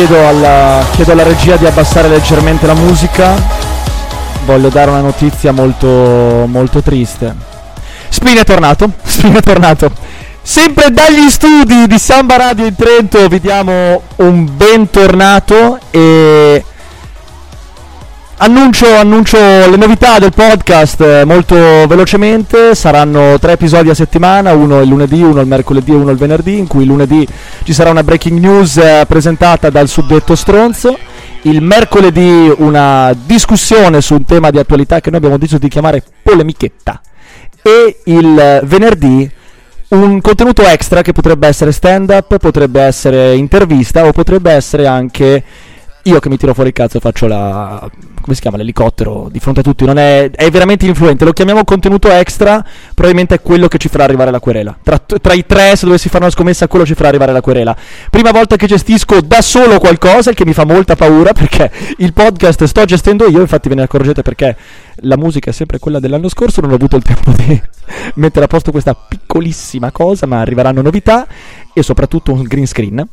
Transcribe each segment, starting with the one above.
chiedo alla regia di abbassare leggermente la musica. Voglio dare una notizia molto, molto triste. Spin è tornato. Sempre dagli studi di Samba Radio in Trento vi diamo un bentornato e annuncio le novità del podcast molto velocemente. Saranno 3 episodi a settimana, uno il lunedì, uno il mercoledì e uno il venerdì, in cui il lunedì ci sarà una breaking news presentata dal suddetto stronzo, il mercoledì una discussione su un tema di attualità che noi abbiamo deciso di chiamare polemichetta, e il venerdì un contenuto extra che potrebbe essere stand up, potrebbe essere intervista o potrebbe essere anche io che mi tiro fuori il cazzo e faccio come si chiama, l'elicottero di fronte a tutti. Non è veramente influente, lo chiamiamo contenuto extra, probabilmente è quello che ci farà arrivare la querela. Tra i 3, se dovessi fare una scommessa, quello ci farà arrivare la querela. Prima volta che gestisco da solo qualcosa, il che mi fa molta paura, perché il podcast sto gestendo io, infatti ve ne accorgete perché la musica è sempre quella dell'anno scorso, non ho avuto il tempo di mettere a posto questa piccolissima cosa, ma arriveranno novità e soprattutto un green screen.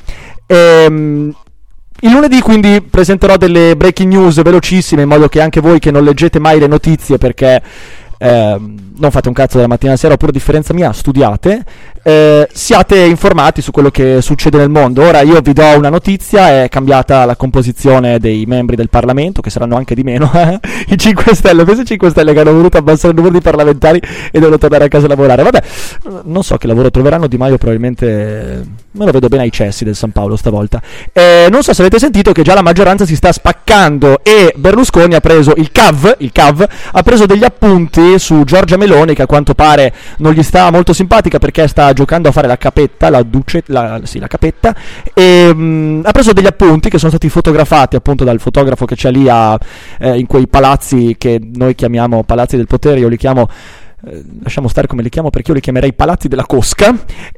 Il lunedì quindi presenterò delle breaking news velocissime, in modo che anche voi che non leggete mai le notizie, perché non fate un cazzo dalla mattina alla sera, oppure a differenza mia studiate, siate informati su quello che succede nel mondo. Ora io vi do una notizia: è cambiata la composizione dei membri del Parlamento, che saranno anche di meno. I 5 Stelle, penso i 5 Stelle che hanno voluto abbassare il numero di parlamentari e devono tornare a casa a lavorare. Vabbè, non so che lavoro troveranno. Di Maio probabilmente me lo vedo bene ai cessi del San Paolo stavolta. Non so se avete sentito che già la maggioranza si sta spaccando e Berlusconi ha preso il CAV ha preso degli appunti su Giorgia Meloni, che a quanto pare non gli sta molto simpatica perché sta giocando a fare la capetta, la capetta, e ha preso degli appunti che sono stati fotografati appunto dal fotografo che c'è lì in quei palazzi che noi chiamiamo palazzi del potere. Io li chiamo lasciamo stare come li chiamo, perché io li chiamerei palazzi della cosca.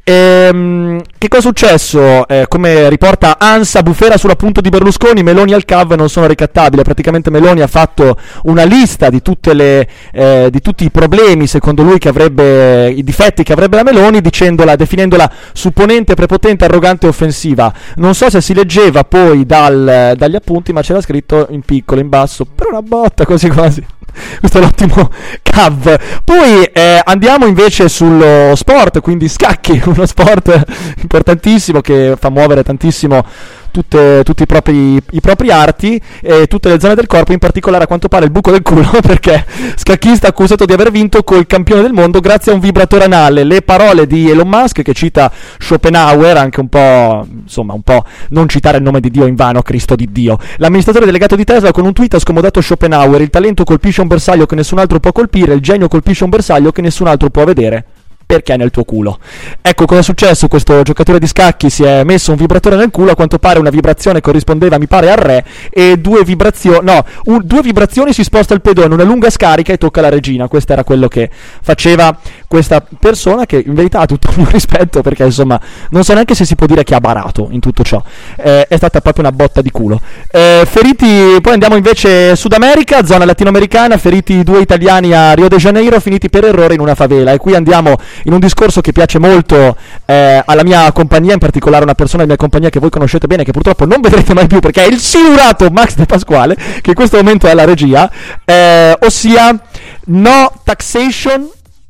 Che cosa è successo? Come riporta ANSA, bufera sull'appunto di Berlusconi, Meloni al CAV non sono ricattabili. Praticamente Meloni ha fatto una lista di tutti i problemi secondo lui che avrebbe, i difetti che avrebbe la Meloni, definendola supponente, prepotente, arrogante e offensiva. Non so se si leggeva poi dagli appunti, ma c'era scritto in piccolo in basso per una botta, così quasi. Questo è l'ottimo CAV. Poi andiamo invece sullo sport, quindi scacchi, uno sport importantissimo che fa muovere tantissimo tutti i propri arti e tutte le zone del corpo, in particolare a quanto pare il buco del culo, perché scacchista accusato di aver vinto col campione del mondo grazie a un vibratore anale. Le parole di Elon Musk, che cita Schopenhauer, anche un po' non citare il nome di Dio in vano, Cristo di Dio. L'amministratore delegato di Tesla con un tweet ha scomodato Schopenhauer: il talento colpisce un bersaglio che nessun altro può colpire, il genio colpisce un bersaglio che nessun altro può vedere, perché è nel tuo culo. Ecco cosa è successo: questo giocatore di scacchi si è messo un vibratore nel culo, a quanto pare una vibrazione corrispondeva, mi pare, al re, e due vibrazioni si sposta il pedone, una lunga scarica e tocca la regina. Questo era quello che faceva questa persona, che in verità ha tutto il mio rispetto, perché insomma non so neanche se si può dire che ha barato in tutto ciò. È stata proprio una botta di culo. Feriti, poi andiamo invece Sud America, zona latinoamericana, feriti 2 italiani a Rio de Janeiro, finiti per errore in una favela. E qui andiamo in un discorso che piace molto alla mia compagnia, in particolare una persona della mia compagnia che voi conoscete bene, che purtroppo non vedrete mai più perché è il silurato Max De Pasquale, che in questo momento è alla regia, ossia no taxation,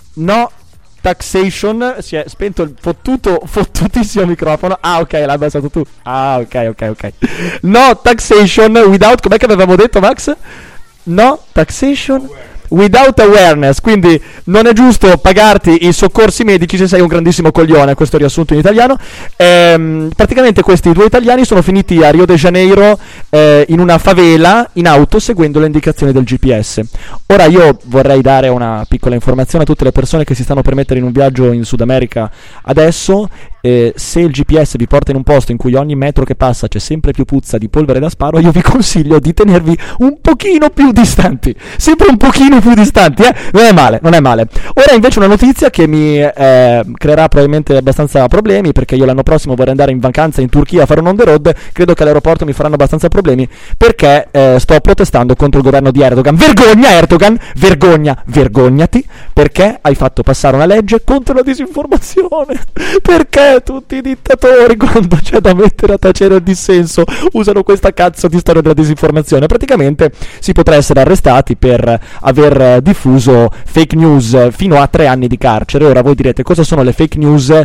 si è spento il fottutissimo microfono. Ah, ok, l'hai abbassato tu. Ah, ok. No taxation without, com'è che avevamo detto, Max? No taxation without awareness, quindi non è giusto pagarti i soccorsi medici se sei un grandissimo coglione. Questo riassunto in italiano. Praticamente questi 2 italiani sono finiti a Rio de Janeiro in una favela in auto, seguendo le indicazioni del GPS. Ora io vorrei dare una piccola informazione a tutte le persone che si stanno per mettere in un viaggio in Sud America adesso. Se il GPS vi porta in un posto in cui ogni metro che passa c'è sempre più puzza di polvere da sparo, io vi consiglio di tenervi un pochino più distanti, sempre un pochino più distanti, non è male. Ora invece una notizia che mi creerà probabilmente abbastanza problemi, perché io l'anno prossimo vorrei andare in vacanza in Turchia a fare un on the road. Credo che all'aeroporto mi faranno abbastanza problemi, perché sto protestando contro il governo di Erdogan. Vergogna Erdogan, vergognati, perché hai fatto passare una legge contro la disinformazione. Perché perché tutti i dittatori, quando c'è da mettere a tacere il dissenso, usano questa cazzo di storia della disinformazione. Praticamente si potrà essere arrestati per aver diffuso fake news fino a 3 anni di carcere. Ora voi direte, cosa sono le fake news?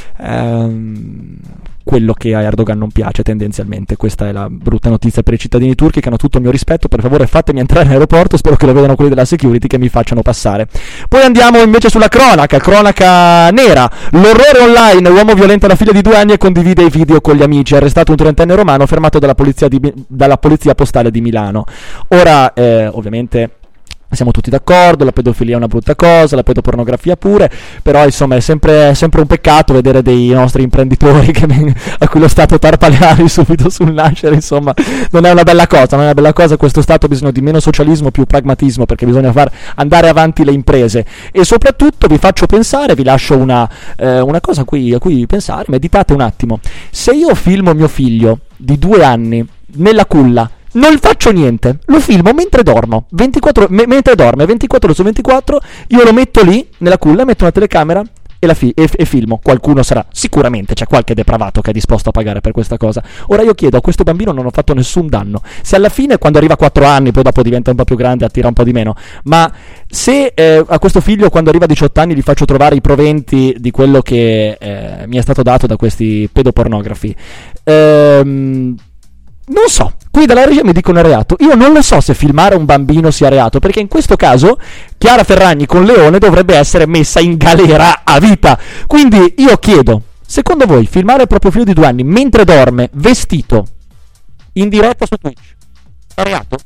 Quello che a Erdogan non piace tendenzialmente. Questa è la brutta notizia per i cittadini turchi, che hanno tutto il mio rispetto. Per favore fatemi entrare in aeroporto, spero che lo vedano quelli della security, che mi facciano passare. Poi andiamo invece sulla cronaca nera. L'orrore online: uomo violenta la figlia di 2 anni e condivide i video con gli amici. Arrestato un 30enne romano fermato dalla polizia postale di Milano. Ora ovviamente siamo tutti d'accordo, la pedofilia è una brutta cosa, la pedopornografia pure, però insomma è sempre un peccato vedere dei nostri imprenditori a cui lo Stato tarpaleari subito sul nascere. Insomma, non è una bella cosa, questo Stato ha bisogno di meno socialismo, più pragmatismo, perché bisogna far andare avanti le imprese. E soprattutto vi faccio pensare, vi lascio una cosa a cui pensare, meditate un attimo. Se io filmo mio figlio di 2 anni nella culla, non faccio niente, lo filmo mentre dormo, mentre dorme 24 ore su 24, io lo metto lì nella culla, metto una telecamera e filmo. Qualcuno sarà, sicuramente c'è qualche depravato che è disposto a pagare per questa cosa. Ora io chiedo, a questo bambino non ho fatto nessun danno. Se alla fine, quando arriva a 4 anni, poi dopo diventa un po' più grande, attira un po' di meno, ma se a questo figlio, quando arriva a 18 anni, gli faccio trovare i proventi di quello che mi è stato dato da questi pedopornografi, non so, qui dalla regia mi dicono reato. Io non lo so se filmare un bambino sia reato, perché in questo caso Chiara Ferragni con Leone dovrebbe essere messa in galera a vita. Quindi io chiedo, secondo voi filmare il proprio figlio di 2 anni mentre dorme, vestito, in diretta su Twitch, è reato?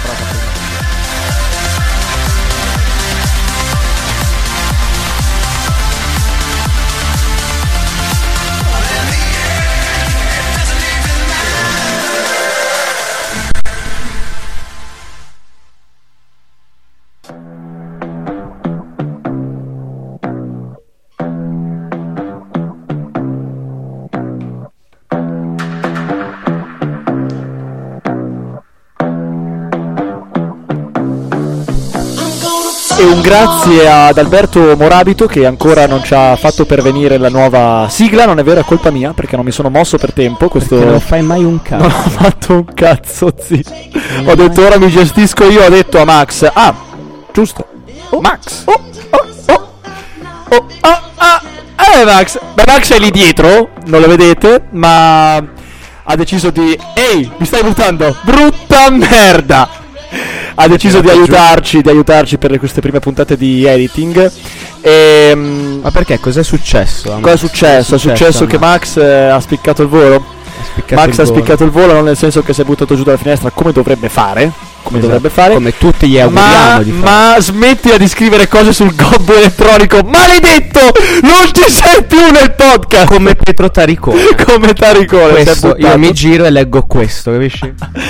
E un grazie ad Alberto Morabito, che ancora non ci ha fatto pervenire la nuova sigla. Non è vero, è colpa mia, perché non mi sono mosso per tempo. Questo non fai mai un cazzo. Non ho fatto un cazzo, ho detto ora mi gestisco io. Ho detto a Max, giusto, Max, Max. Beh, Max è lì dietro, non lo vedete, ma ha deciso di... Ehi, mi stai buttando, brutta merda! Ha deciso di aiutarci per queste prime puntate di editing. Ma perché? Cos'è successo? Cosa è successo? È successo che Max ha spiccato il volo. Max ha spiccato il volo, non nel senso che si è buttato giù dalla finestra, come dovrebbe fare. Come tutti gli auguriamo di fare. Ma smettila di scrivere cose sul gobbo elettronico, maledetto! Non ci sei più nel podcast. Come Pietro Taricone. Come Taricone. Io mi giro e leggo questo, capisci?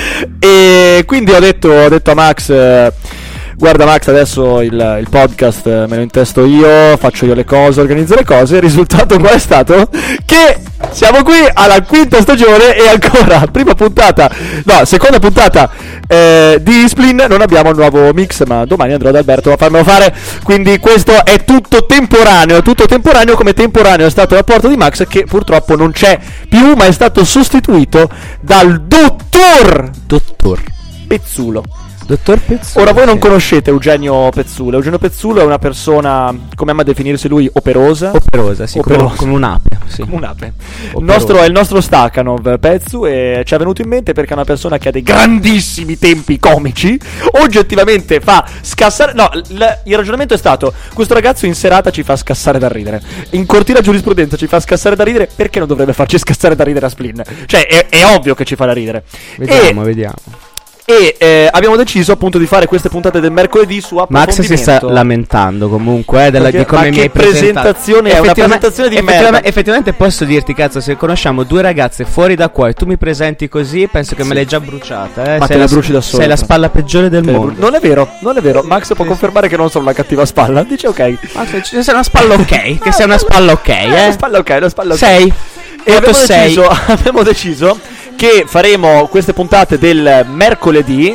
E quindi ho detto a Max, guarda Max, adesso il podcast me lo intesto io, faccio io le cose, organizzo le cose. Il risultato qual è stato? Che siamo qui alla 5ª stagione e ancora seconda puntata di Splin. Non abbiamo il nuovo mix, ma domani andrò ad Alberto a farmelo fare. Quindi questo è tutto temporaneo, come temporaneo è stato il rapporto di Max, che purtroppo non c'è più, ma è stato sostituito dal dottor Pezzulo. Dottor Pezzulo. Ora voi non conoscete Eugenio Pezzulo. Eugenio Pezzulo è una persona, come ama definirsi lui, operosa, sì, come un'ape, sì. Come un'ape. È il nostro Stakhanov Pezzu, e ci è venuto in mente perché è una persona che ha dei grandissimi tempi comici. Oggettivamente fa scassare. No, il ragionamento è stato: questo ragazzo in serata ci fa scassare da ridere, in cortina giurisprudenza ci fa scassare da ridere, perché non dovrebbe farci scassare da ridere a Splin? Cioè è ovvio che ci fa da ridere. Vediamo. E abbiamo deciso appunto di fare queste puntate del mercoledì su approfondimento. Max si sta lamentando comunque di come mi hai presentazione è una presentazione di merda. Effettivamente posso dirti, cazzo, se conosciamo 2 ragazze fuori da qua e tu mi presenti così, penso che me l'hai già bruciata, Ma te la bruci da solo. Sei la spalla peggiore del mondo. Non è vero. Max può confermare che non sono una cattiva spalla. Dice ok. Max, sei una spalla ok. Che sei una spalla ok, Una spalla ok. Sei. E abbiamo deciso che faremo queste puntate del mercoledì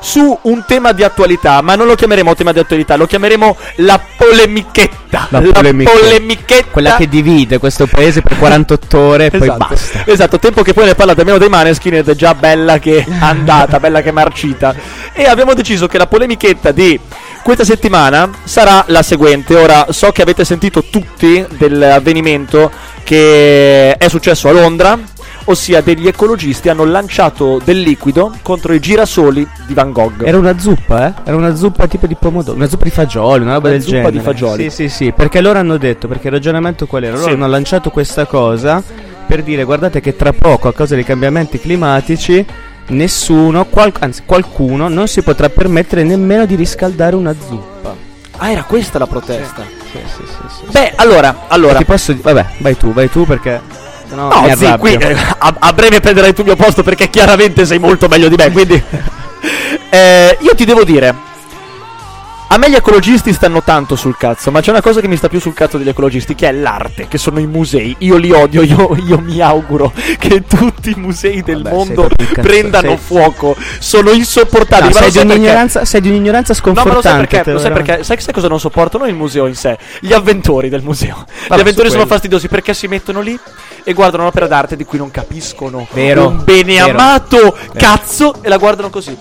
su un tema di attualità, ma non lo chiameremo tema di attualità, lo chiameremo la polemichetta. La polemichetta. Quella che divide questo paese per 48 ore e poi basta. Esatto, tempo che poi ne parla almeno dei Maneskin ed è già bella che è andata, bella che è marcita. E abbiamo deciso che la polemichetta di questa settimana sarà la seguente. Ora, so che avete sentito tutti dell'avvenimento che è successo a Londra, ossia degli ecologisti hanno lanciato del liquido contro i girasoli di Van Gogh. Era una zuppa, Era una zuppa tipo di pomodoro, una zuppa di fagioli, una roba del genere. Una zuppa di fagioli. Sì, perché loro hanno detto, perché il ragionamento qual era? Loro hanno lanciato questa cosa per dire, guardate che tra poco, a causa dei cambiamenti climatici, nessuno, anzi qualcuno, non si potrà permettere nemmeno di riscaldare una zuppa. Ah, era questa la protesta? Sì. Beh, allora ti posso vabbè, vai tu perché sennò no, mi sì, qui a breve prenderai tu il mio posto perché chiaramente sei molto meglio di me, quindi io ti devo dire, a me gli ecologisti stanno tanto sul cazzo, ma c'è una cosa che mi sta più sul cazzo degli ecologisti, che è l'arte, che sono i musei. Io li odio, io mi auguro che tutti i musei del mondo prendano fuoco. Sono insopportabili. No, sei di un'ignoranza sconfortante. No, ma lo sai perché? Sai cosa non sopporto? Non il museo in sé, gli avventori del museo. Gli avventori sono fastidiosi perché si mettono lì e guardano un'opera d'arte di cui non capiscono un beneamato cazzo e la guardano così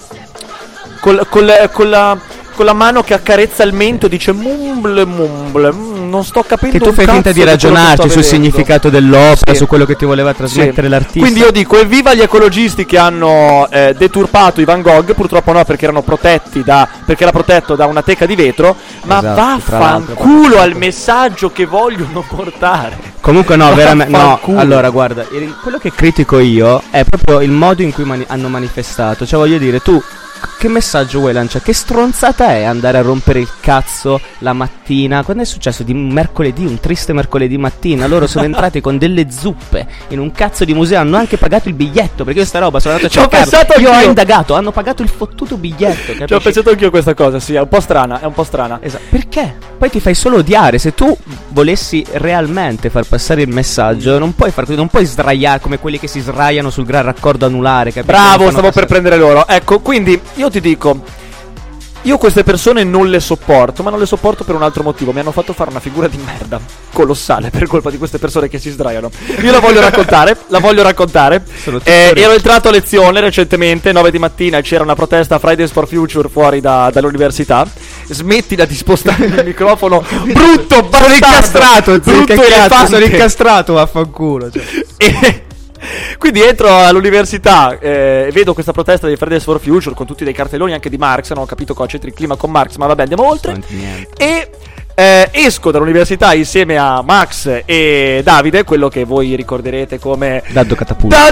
con la mano che accarezza il mento e dice mumble, non sto capendo. Che tu fai finta di ragionarci sul significato dell'opera, su quello che ti voleva trasmettere l'artista. Quindi io dico evviva gli ecologisti che hanno deturpato i Van Gogh. Purtroppo no, perché erano perché era protetto da una teca di vetro. Ma vaffanculo al messaggio che vogliono portare. Comunque no, veramente no. Allora guarda, quello che critico io è proprio il modo in cui hanno manifestato. Cioè voglio dire, tu che messaggio vuoi lanciare? Che stronzata è andare a rompere il cazzo la mattina? Quando è successo di un triste mercoledì mattina, loro sono entrati con delle zuppe in un cazzo di museo, hanno anche pagato il biglietto, perché io sta roba sono andato a cercare. Io ho indagato, hanno pagato il fottuto biglietto, capisci? Ci ho pensato anch'io questa cosa, sì, è un po' strana. Esatto. Perché? Poi ti fai solo odiare. Se tu volessi realmente far passare il messaggio, non puoi sdraiare come quelli che si sdraiano sul gran raccordo anulare, capito? Bravo, stavo per prendere loro. Ecco, quindi io ti dico, io queste persone non le sopporto, ma non le sopporto per un altro motivo. Mi hanno fatto fare una figura di merda colossale per colpa di queste persone che si sdraiano. Io la voglio raccontare. Ero entrato a lezione recentemente, 9 di mattina, e c'era una protesta Fridays for Future fuori dall'università. Smettila di spostare il microfono, brutto bastardo, sono incastrato, vaffanculo, cioè. Quindi entro all'università e vedo questa protesta di Fridays for Future con tutti dei cartelloni anche di Marx. Non ho capito cosa c'entri il clima con Marx, ma vabbè, andiamo oltre. E esco dall'università insieme a Max e Davide, quello che voi ricorderete come Daddo Catapulta,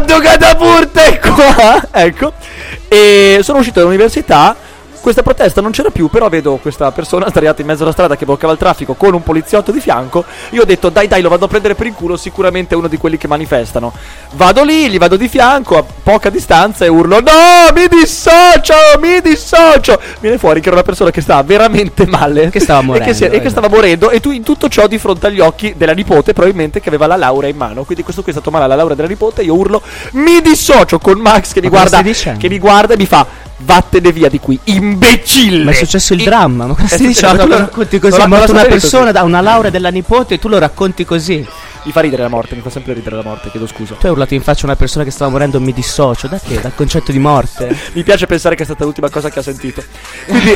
ecco. E sono uscito dall'università. Questa protesta non c'era più, però vedo questa persona sdraiata in mezzo alla strada che bloccava il traffico con un poliziotto di fianco. Io ho detto dai, lo vado a prendere per il culo, sicuramente è uno di quelli che manifestano. Vado lì, gli vado di fianco a poca distanza e urlo no, mi dissocio. Viene fuori che era una persona che stava veramente male, che stava morendo e che stava morendo, e tu in tutto ciò di fronte agli occhi della nipote, probabilmente, che aveva la laurea in mano. Quindi questo qui è stato male alla laurea della nipote. Io urlo mi dissocio, con Max che mi guarda e mi fa vattene via di qui, imbecille. Ma è successo il dramma. Ma cosa stai dicendo? Tu lo racconti così. Ha morto una persona da una laurea della nipote e tu lo racconti così. Mi fa ridere la morte, mi fa sempre ridere la morte, chiedo scusa. Tu hai urlato in faccia a una persona che stava morendo, mi dissocio. Da che? Dal concetto di morte? Mi piace pensare che è stata l'ultima cosa che ha sentito. Quindi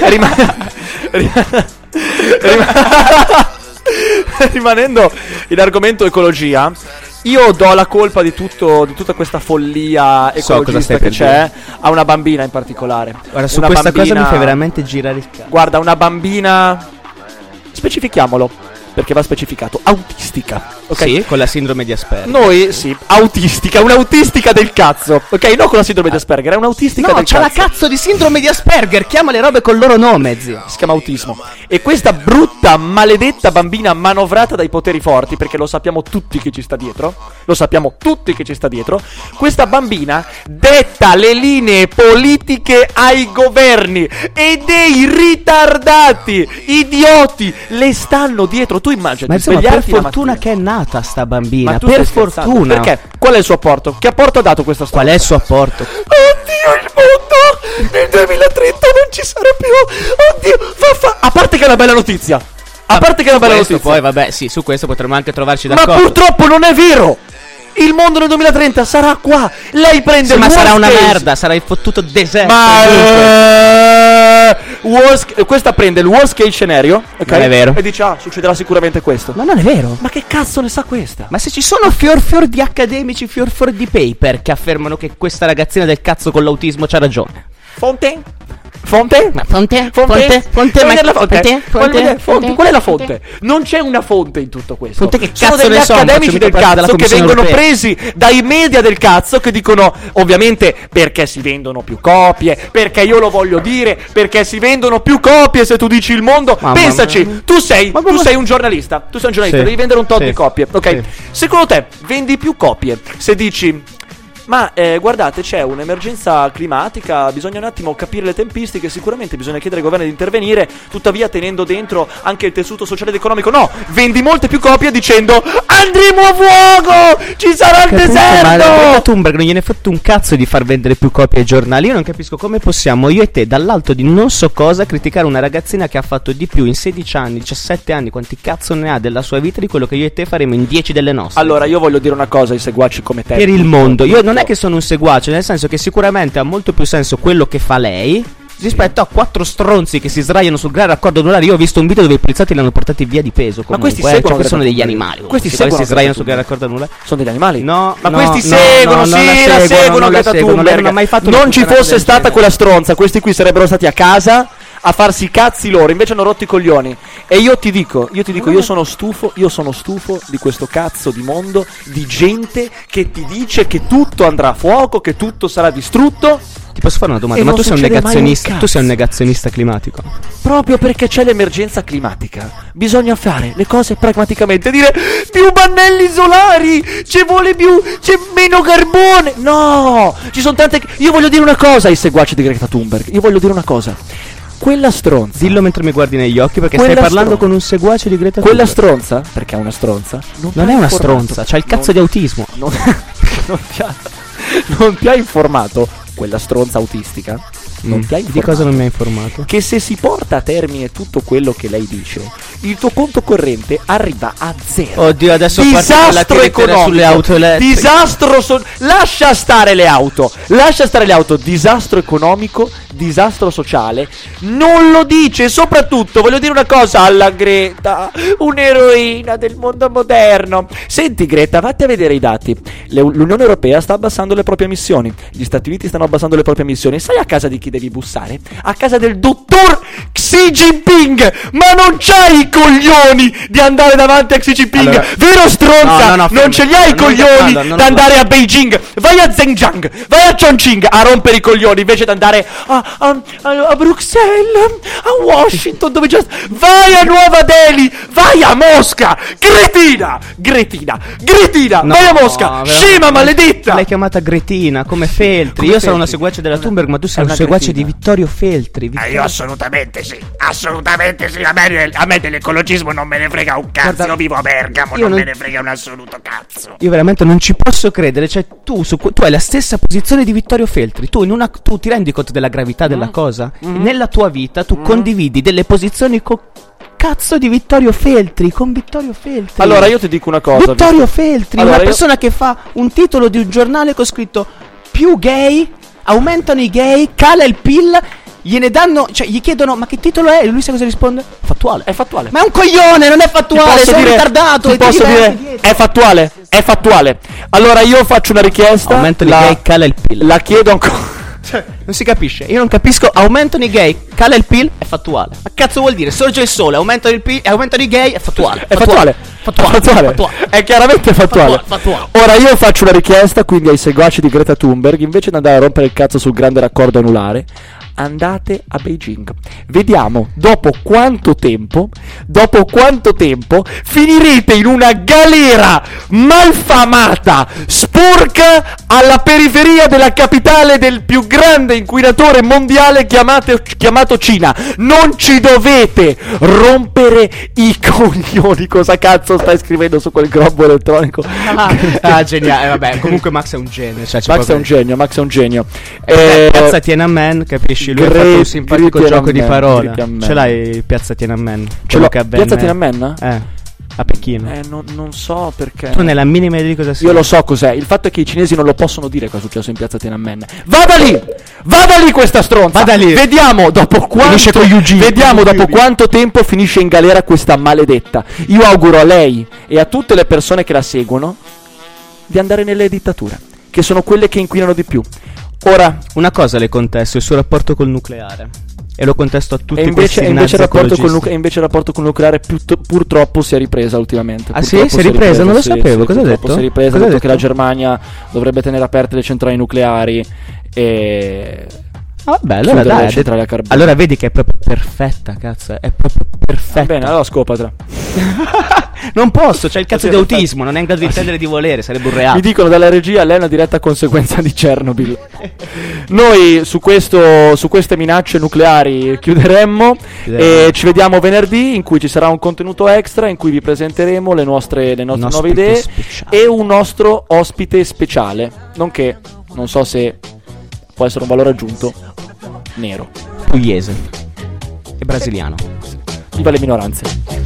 rimanendo in argomento ecologia, io do la colpa di tutta questa follia ecologista che c'è a una bambina in particolare. Guarda, su questa cosa mi fai veramente girare il cazzo. Guarda, una bambina, specifichiamolo, perché va specificato, autistica. Okay? Sì, con la sindrome di Asperger. Noi, sì, autistica, un'autistica del cazzo. Ok, non con la sindrome di Asperger, è un'autistica del cazzo. No, c'ha la cazzo di sindrome di Asperger, chiama le robe col loro nome, zio. Si chiama autismo. E questa brutta, maledetta bambina manovrata dai poteri forti, perché lo sappiamo tutti che ci sta dietro, questa bambina detta le linee politiche ai governi, e dei ritardati, idioti, le stanno dietro. Tu immagini, ma insomma, per fortuna che è nata sta bambina, ma tu per fortuna. Perché? Qual è il suo apporto? Che apporto ha dato questa storia? Qual è il suo apporto? Oddio, il mondo nel 2030 ci sarà più. Oddio, a parte che è una bella notizia. A parte che è una bella notizia. Poi vabbè, sì, su questo potremmo anche trovarci d'accordo. Ma purtroppo non è vero. Il mondo nel 2030 sarà qua. Lei prende il ma sarà una case. merda, sarà il fottuto deserto. Questa prende il worst case scenario, ok? Non è vero. E dice succederà sicuramente questo. Ma non è vero. Ma che cazzo ne sa questa? Ma se ci sono fior di accademici, fior di paper che affermano che questa ragazzina del cazzo con l'autismo c'ha ragione. Fonte? Ma fonte? Qual è la fonte? Non c'è una fonte in tutto questo. Fonte che sono cazzo degli ne so, accademici del cazzo che vengono europea. presi dai media del cazzo che dicono ovviamente perché si vendono più copie, perché io lo voglio dire, perché si vendono più copie se tu dici il mondo. Pensaci, tu sei un giornalista, devi vendere un tot di copie, ok? Sì. Secondo te vendi più copie se dici ma guardate, c'è un'emergenza climatica, bisogna un attimo capire le tempistiche, sicuramente bisogna chiedere ai governi di intervenire, tuttavia tenendo dentro anche il tessuto sociale ed economico. No, vendi molte più copie dicendo andremo a fuoco, ci sarà il deserto. Ma Greta Thunberg non gliene fotte un cazzo di far vendere più copie ai giornali. Io non capisco come possiamo io e te dall'alto di non so cosa criticare una ragazzina che ha fatto di più in 16 anni, 17 anni, quanti cazzo ne ha della sua vita di quello che io e te faremo in 10 delle nostre. Allora io voglio dire una cosa ai seguaci come te. Per il mondo, io non è che sono un seguace, nel senso che sicuramente ha molto più senso quello che fa lei rispetto a 4 stronzi che si sdraiano sul gran raccordo anulare. Io ho visto un video dove i poliziotti li hanno portati via di peso. Comunque. Ma questi seguono, cioè, sono degli animali. Questi si sdraiano sul gran raccordo anulare. Sono degli animali? No, ma questi seguono, la seguono Greta Thunberg. Non ci fosse stata quella stronza, questi qui sarebbero stati a casa a farsi i cazzi loro, invece hanno rotto i coglioni. E io ti dico, io sono stufo di questo cazzo di mondo, di gente che ti dice che tutto andrà a fuoco, che tutto sarà distrutto. Ti posso fare una domanda? Ma tu sei un negazionista? Tu sei un negazionista climatico? Proprio perché c'è l'emergenza climatica, bisogna fare le cose pragmaticamente. Dire più pannelli solari, c'è meno carbone. No, ci sono tante. Io voglio dire una cosa ai seguaci di Greta Thunberg. Io voglio dire una cosa. Quella stronza. Dillo mentre mi guardi negli occhi, perché stai parlando con un seguace di Greta Thunberg. Quella stronza, perché è una stronza. Non è una stronza, c'ha il cazzo di autismo. Non ti ha informato quella stronza autistica? Non ti ha informato. Di cosa non mi ha informato? Che se si porta a termine tutto quello che lei dice, il tuo conto corrente arriva a zero. Oddio, adesso disastro economico sulle auto elettriche. Disastro lascia stare le auto. Disastro economico, disastro sociale. Non lo dice. Soprattutto voglio dire una cosa alla Greta, un'eroina del mondo moderno. Senti Greta, vatti a vedere i dati. L'Unione Europea sta abbassando le proprie emissioni, gli Stati Uniti stanno abbassando le proprie emissioni. Sai a casa di chi devi bussare? A casa del dottor Xi Jinping. Ma non c'hai i coglioni di andare davanti a Xi Jinping, allora, vero stronza? No, non ce li hai i coglioni da andare a Beijing. Vai a Zhejiang, vai a Chongqing a rompere i coglioni invece di andare a Bruxelles, a Washington, dove già. Vai a Nuova Delhi, vai a Mosca. Gretina, vai a Mosca, scema maledetta. L'hai chiamata Gretina come Feltri. Io sono una seguace della Thunberg, ma tu sei un seguace di Vittorio Feltri. Io assolutamente sì. A me dell'ecologismo non me ne frega un cazzo. Io vivo a Bergamo, non me ne frega un assoluto cazzo. Io veramente non ci posso credere. Cioè tu hai la stessa posizione di Vittorio Feltri. Tu ti rendi conto della gravità della cosa? Nella tua vita tu condividi delle posizioni cazzo di Vittorio Feltri, con Vittorio Feltri. Allora io ti dico una cosa. Vittorio Feltri, allora, una persona che fa un titolo di un giornale con scritto più gay, aumentano i gay, cala il PIL. Gliene danno, cioè gli chiedono ma che titolo è? E lui sa cosa risponde? Fattuale. È fattuale. Ma è un coglione, non è fattuale, sei ritardato. Ti posso dire, è fattuale. Allora io faccio una richiesta. Aumentano i gay, cala il PIL. La chiedo ancora. Cioè, non si capisce, io non capisco. Aumentano i gay, cala il PIL, è fattuale. Ma cazzo vuol dire? Sorge il sole, aumentano il PIL, aumentano i gay, è fattuale. È fattuale. È chiaramente fattuale. Ora io faccio una richiesta quindi ai seguaci di Greta Thunberg, invece di andare a rompere il cazzo sul grande raccordo anulare, andate a Beijing. Vediamo dopo quanto tempo finirete in una galera malfamata, sporca, alla periferia della capitale del più grande inquinatore mondiale chiamato Cina. Non ci dovete rompere i coglioni. Cosa cazzo stai scrivendo su quel globo elettronico? Geniale. Vabbè, comunque Max è un genio. Cioè, Max è un genio. Cazza Tiananmen, capisci? capisci? Lui ha fatto un simpatico gioco di parole. Ce l'hai Piazza Tiananmen? Ce l'ho. Piazza Tiananmen? A Pechino. Non so perché. Tu nella minima idea di cosa sia. Io lo so cos'è. Il fatto è che i cinesi non lo possono dire cosa è successo in Piazza Tiananmen. Vada lì questa stronza. Vada lì. Vediamo dopo quanto tempo finisce in galera questa maledetta. Io auguro a lei e a tutte le persone che la seguono di andare nelle dittature, che sono quelle che inquinano di più. Ora, una cosa le contesto, il suo rapporto col nucleare. E lo contesto a tutti invece il rapporto col nucleare purtroppo si è ripresa ultimamente. Ah sì? Si è ripresa? Non lo sapevo. Cosa ha detto? Si è ripresa, ha detto che la Germania dovrebbe tenere aperte le centrali nucleari e... Vabbè, allora dai, allora vedi che è proprio perfetta, cazzo. È proprio perfetta. Va bene, allora scopatra. Non posso, c'è il cazzo di autismo, non è in grado di intendere di volere, sarebbe un reato. Mi dicono dalla regia, lei è una diretta conseguenza di Chernobyl. Noi su queste minacce nucleari chiuderemmo e ci vediamo venerdì, in cui ci sarà un contenuto extra in cui vi presenteremo le nostre nuove idee speciale. E un nostro ospite speciale, nonché, non so se può essere un valore aggiunto, nero, pugliese e brasiliano. Viva le minoranze.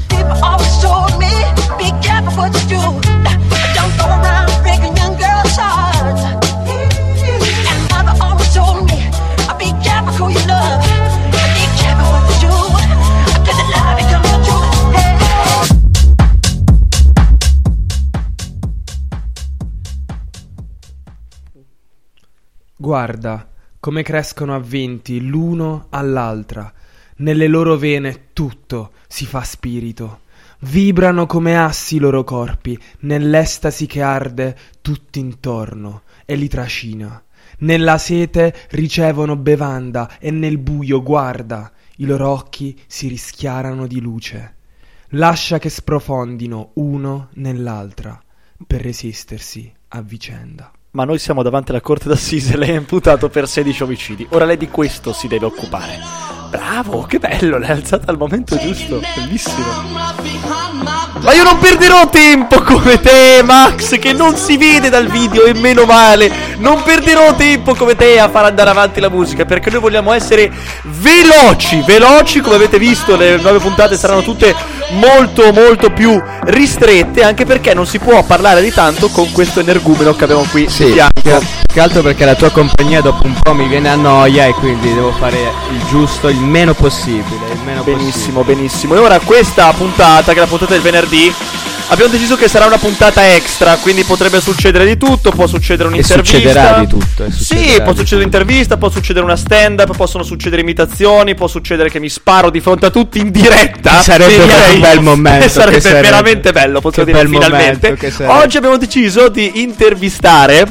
Guarda come crescono a venti l'uno all'altra, nelle loro vene tutto si fa spirito, vibrano come assi i loro corpi, nell'estasi che arde tutt'intorno e li trascina, nella sete ricevono bevanda e nel buio guarda, i loro occhi si rischiarano di luce, lascia che sprofondino uno nell'altra per resistersi a vicenda. Ma noi siamo davanti alla corte d'assise, lei è imputato per 16 omicidi. Ora lei di questo si deve occupare. Bravo, che bello, l'hai alzata al momento giusto. Bellissimo. Ma io non perderò tempo come te, Max, che non si vede dal video e meno male. Non perderò tempo come te a far andare avanti la musica, perché noi vogliamo essere veloci, come avete visto le nuove puntate saranno tutte molto molto più ristrette, anche perché non si può parlare di tanto con questo energumeno che abbiamo qui di fianco. Che altro perché la tua compagnia dopo un po' mi viene a noia e quindi devo fare il giusto, il meno possibile. Benissimo. E ora questa puntata, che è la puntata del venerdì, abbiamo deciso che sarà una puntata extra, quindi potrebbe succedere di tutto, può succedere un'intervista. Succederà di tutto. Sì, può succedere un'intervista, può succedere una stand-up, possono succedere imitazioni, può succedere che mi sparo di fronte a tutti in diretta. Sarebbe un bel momento. Sarebbe veramente bello, posso dire finalmente. Oggi abbiamo deciso di intervistare.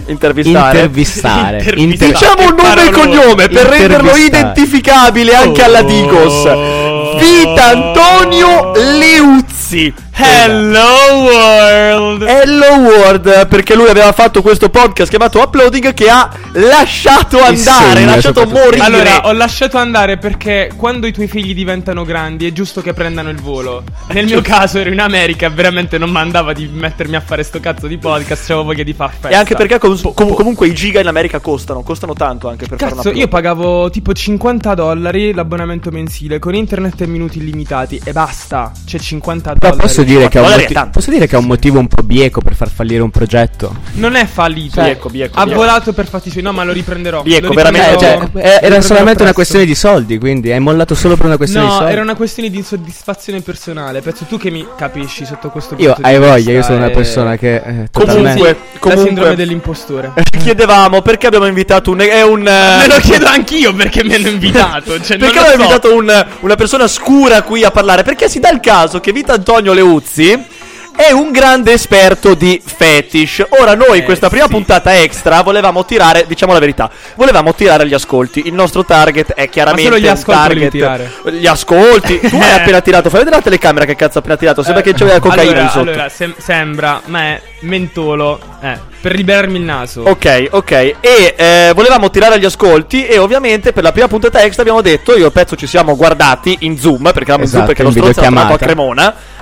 Diciamo un nome e cognome per renderlo identificabile anche alla Digos. Vita Antonio Leuzzi. Hello World, perché lui aveva fatto questo podcast chiamato Uploading che ha lasciato andare, lasciato morire. Allora, ho lasciato andare perché quando i tuoi figli diventano grandi è giusto che prendano il volo. Nel mio caso ero in America, veramente non mi andava di mettermi a fare sto cazzo di podcast, c'avevo voglia di far festa. E anche perché comunque i giga in America costano tanto anche per fare una upload. Io pagavo tipo $50 l'abbonamento mensile con internet e minuti illimitati e basta, c'è $50. Però posso dire che è un motivo un po' bieco per far fallire un progetto. Non è fallito, bieco. Ha volato per fatti suoi. No, ma lo riprenderò. Veramente. Era solamente una questione di soldi, quindi hai mollato solo per una questione di soldi. No, era una questione di insoddisfazione personale. Penso tu che mi capisci sotto questo punto di vista. Io hai voglia, io sono una e... persona che comunque la sindrome dell'impostore. Ci chiedevamo perché abbiamo invitato me lo chiedo anch'io perché mi hanno invitato. Cioè, perché abbiamo invitato una persona scura qui a parlare? Perché si dà il caso che Vita Antonio Leuzzi è un grande esperto di fetish. Ora noi questa prima puntata extra volevamo tirare, diciamo la verità, volevamo tirare gli ascolti. Il nostro target è chiaramente ma solo gli ascolti gli ascolti. Tu hai appena tirato, fai vedere la telecamera che cazzo ha appena tirato. Sembra che c'è cocaina di sotto. Allora sembra, ma è mentolo per liberarmi il naso. Ok. E volevamo tirare gli ascolti. E ovviamente per la prima puntata extra abbiamo detto, io e Pezzo ci siamo guardati in Zoom, perché eravamo in Zoom perché lo stronzo era tornato a Cremona.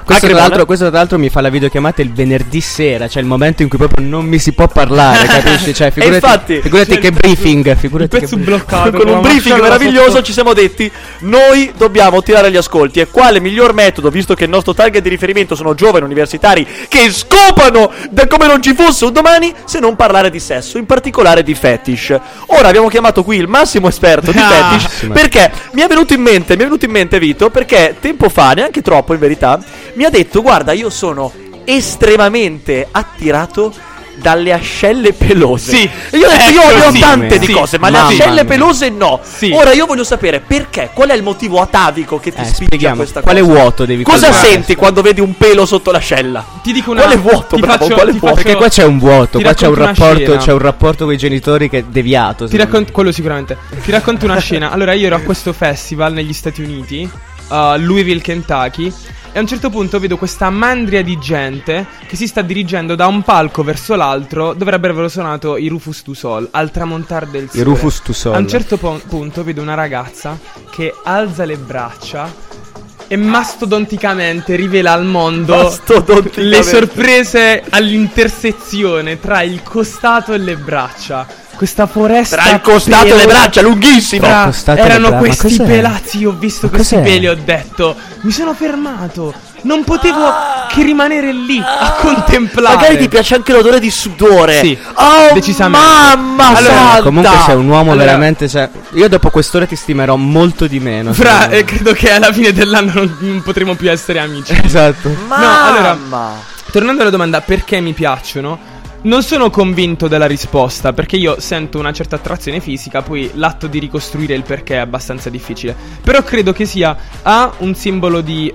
Questo tra l'altro mi fa la videochiamata il venerdì sera, cioè il momento in cui proprio non mi si può parlare, capisci? Cioè, figurati che briefing, il pezzo bloccato. Con un briefing meraviglioso ci siamo detti: noi dobbiamo tirare gli ascolti. E quale miglior metodo, visto che il nostro target di riferimento sono giovani universitari che scopano da come non ci fosse un domani, se non parlare di sesso, in particolare di fetish. Ora abbiamo chiamato qui il massimo esperto di fetish, perché mi è venuto in mente Vito, perché tempo fa, neanche troppo in verità, mi ha detto: guarda, io sono estremamente attirato dalle ascelle pelose. Sì. E io ho detto, io ne ho tante di cose, ma le ascelle pelose no. Sì. Ora io voglio sapere perché, qual è il motivo atavico che ti spinge a questa quale cosa? Vuoto devi Cosa senti quando vedi un pelo sotto l'ascella? Ti dico una... Quale vuoto, quale vuoto? Perché qua c'è un vuoto, qua c'è un scena. rapporto con i genitori che è deviato. Quello sicuramente. Ti racconto una scena. Allora, io ero a questo festival negli Stati Uniti, Louisville, Kentucky. E a un certo punto vedo questa mandria di gente che si sta dirigendo da un palco verso l'altro dove avrebbero suonato i Rufus Du Sol al tramontar del sole. I Rufus Du Sol. A un certo punto vedo una ragazza che alza le braccia e mastodonticamente rivela al mondo le sorprese all'intersezione tra il costato e le braccia. Questa foresta tra il costato e le braccia, lunghissimo. Erano questi pelazzi. Io ho visto questi peli, ho detto, mi sono fermato. Non potevo che rimanere lì a contemplare. Magari ti piace anche l'odore di sudore. Sì, oh, decisamente. Mamma santa. Comunque sei un uomo veramente, cioè, io dopo quest'ora ti stimerò molto di meno. Credo che alla fine dell'anno non potremo più essere amici. Esatto. No, allora, tornando alla domanda perché mi piacciono, non sono convinto della risposta, perché io sento una certa attrazione fisica, poi l'atto di ricostruire il perché è abbastanza difficile. Però credo che sia un simbolo di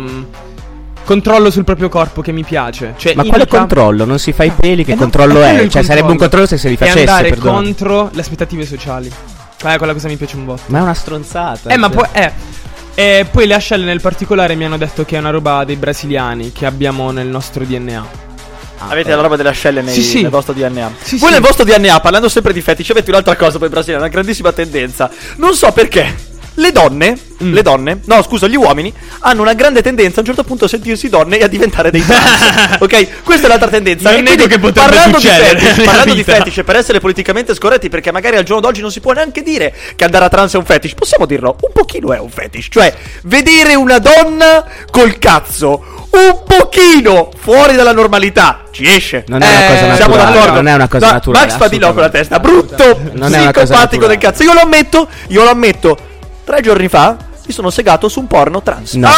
controllo sul proprio corpo che mi piace. Cioè, ma quale controllo? Non si fa i peli, che controllo è? Cioè sarebbe un controllo se li facesse, è andare contro le aspettative sociali. Quella cosa mi piace un botto. Ma è una stronzata. Ma poi e poi le ascelle nel particolare mi hanno detto che è una roba dei brasiliani che abbiamo nel nostro DNA. Avete la roba delle ascelle nel vostro DNA. Voi nel vostro DNA, parlando sempre di fetici, avete un'altra cosa poi brasiliana, una grandissima tendenza. Non so perché le donne, no scusa, gli uomini hanno una grande tendenza a un certo punto a sentirsi donne e a diventare dei trans. Ok? Questa è l'altra tendenza. Non nego che potrebbe succedere. Parlando di fetici, per essere politicamente scorretti, perché magari al giorno d'oggi non si può neanche dire che andare a trans è un fetish, possiamo dirlo, un pochino è un fetish. Cioè, vedere una donna col cazzo un pochino fuori dalla normalità ci esce. Non è una cosa naturale. Siamo d'accordo. Non è una cosa naturale. Max fa di no con la testa. Brutto, non è una cosa psicopatico del cazzo. Io lo ammetto. 3 giorni fa mi sono segato su un porno trans. No.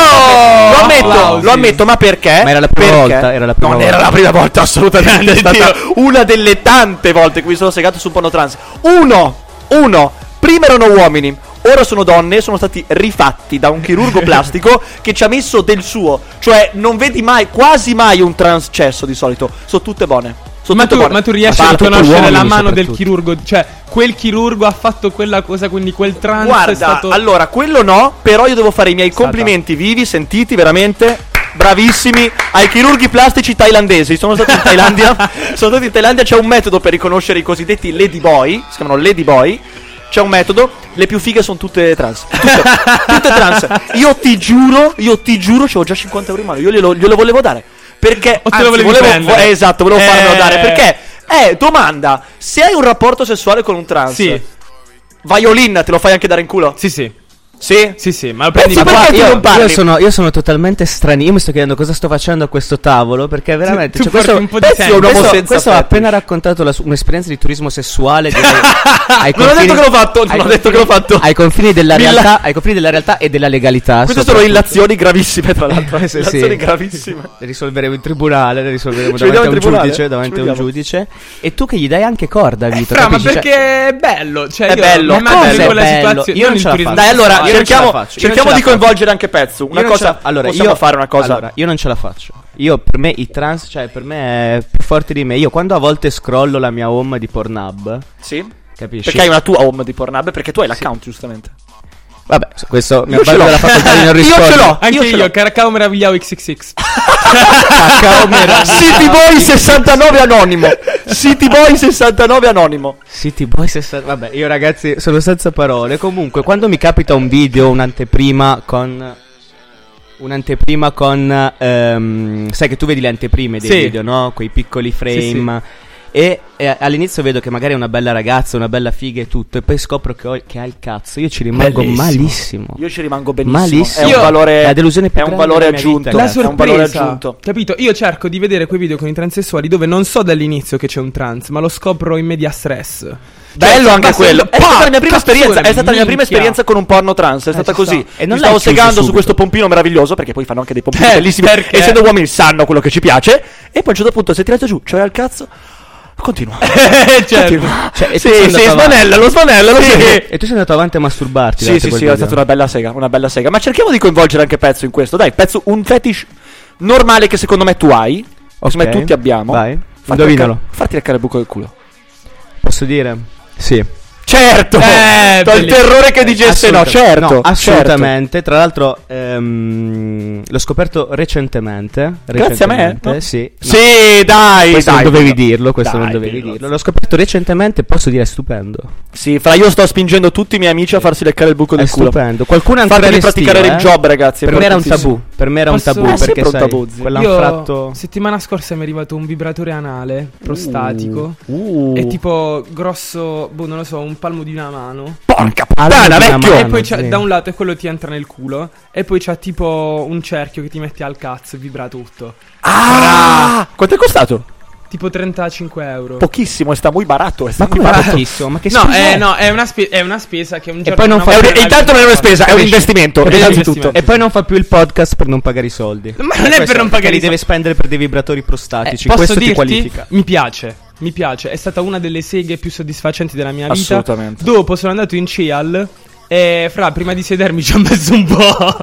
Lo ammetto, ma perché? Ma era la prima volta. Era la prima volta, assolutamente. È stata una delle tante volte che mi sono segato su un porno trans. Uno. Prima erano uomini, ora sono donne, sono stati rifatti da un chirurgo plastico che ci ha messo del suo. Cioè, non vedi quasi mai un transcesso di solito. Sono tutte buone. Ma tu riesci a riconoscere la mano del chirurgo? Cioè, quel chirurgo ha fatto quella cosa, quindi quel trans Guarda, è stato... allora, quello no, però io devo fare i miei complimenti vivi, sentiti, veramente bravissimi ai chirurghi plastici thailandesi. Sono stati in Thailandia. C'è un metodo per riconoscere i cosiddetti ladyboy, si chiamano ladyboy. C'è un metodo, le più fighe sono tutte trans. Tutte trans. Io ti giuro, c'ho già 50 euro in mano. Io glielo volevo dare. Perché te lo volevo prendere. Esatto, volevo farmelo dare. Perché domanda, se hai un rapporto sessuale con un trans, sì, violin te lo fai anche dare in culo? Sì. Sì, ma lo prendi io sono totalmente strano. Io mi sto chiedendo cosa sto facendo a questo tavolo, perché veramente questo ha appena raccontato un'esperienza di turismo sessuale non ho detto che l'ho fatto. Ai confini della realtà e della legalità. Queste sono illazioni gravissime, tra l'altro. Illazioni gravissime. Le risolveremo in tribunale, davanti a un giudice. E tu che gli dai anche corda, Vito? Ma perché è bello, cioè è bello. Io non ce la faccio. Dai, allora cerchiamo di coinvolgere anche Pezzu. Possiamo fare una cosa. Allora, io non ce la faccio. Io, per me, i trans, cioè, per me è più forte di me. Io quando a volte scrollo la mia home di Pornhub, sì, capisci? Perché hai una tua home di Pornhub, perché tu hai l'account, giustamente. Vabbè, questo mi avvalgo della facoltà di non rispondere. Io ce l'ho, anche io, Caracao meravigliao XXX. City Boy 69 anonimo. City Boy 69 anonimo. Vabbè, io ragazzi sono senza parole. Comunque, quando mi capita un video, un'anteprima con un'anteprima con sai che tu vedi le anteprime dei video, no? Quei piccoli frame. E all'inizio vedo che magari è una bella ragazza, una bella figa e tutto, e poi scopro che ha il cazzo. Io ci rimango malissimo. Io ci rimango benissimo. Malissimo. È un valore, la delusione più è un valore aggiunto. La sorpresa, è un valore aggiunto. Capito? Io cerco di vedere quei video con i transessuali dove non so dall'inizio che c'è un trans, ma lo scopro in media stress. Bello anche quello. È stata la mia prima esperienza. È stata la mia prima esperienza con un porno trans. È stata così. E non mi stavo segando su questo pompino meraviglioso, perché poi fanno anche dei pompini bellissimi. E essendo uomini sanno quello che ci piace. E poi a un certo punto si è tirato giù, cioè al cazzo. Continua. Certo. Cioè, smanellalo. E tu sei andato avanti a masturbarti. Sì, è stata una bella sega. Ma cerchiamo di coinvolgere anche Pezzo in questo. Dai, Pezzo, un fetish normale che secondo me tu hai. Secondo me tutti abbiamo. Vai, indovinalo. Farti leccare il buco del culo. Posso dire? Sì. Certo! Il terrore che dicesse no, certo. No, assolutamente. Certo. Tra l'altro l'ho scoperto recentemente. Grazie a me? No? Sì. No. Sì, dai. Questo non dovevi dirlo. L'ho scoperto recentemente. Posso dire è stupendo. Sì, io sto spingendo tutti i miei amici a farsi leccare il buco del culo. È stupendo. Qualcuno ancora fatevi praticare il job, ragazzi. Per me era un tabù. Perché sai, io settimana scorsa mi è arrivato un vibratore anale prostatico. E tipo grosso, non lo so, un palmo di una mano. Porca puttana, vecchio! E poi da un lato è quello ti entra nel culo. E poi c'ha tipo un cerchio che ti metti al cazzo e vibra tutto. Quanto è costato? Tipo 35 euro. Pochissimo, sta muy barato. Ma come baratissimo? Ma che no, è una spesa che un giorno. E poi non fa intanto non è una spesa, è un investimento. Innanzitutto. E poi non fa più il podcast per non pagare i soldi. Ma non è per non pagare i soldi. Li deve spendere per dei vibratori prostatici. Questo ti qualifica. Mi piace. È stata una delle seghe più soddisfacenti della mia vita. Assolutamente. Dopo sono andato in Cial. E prima di sedermi ci ho messo un po'.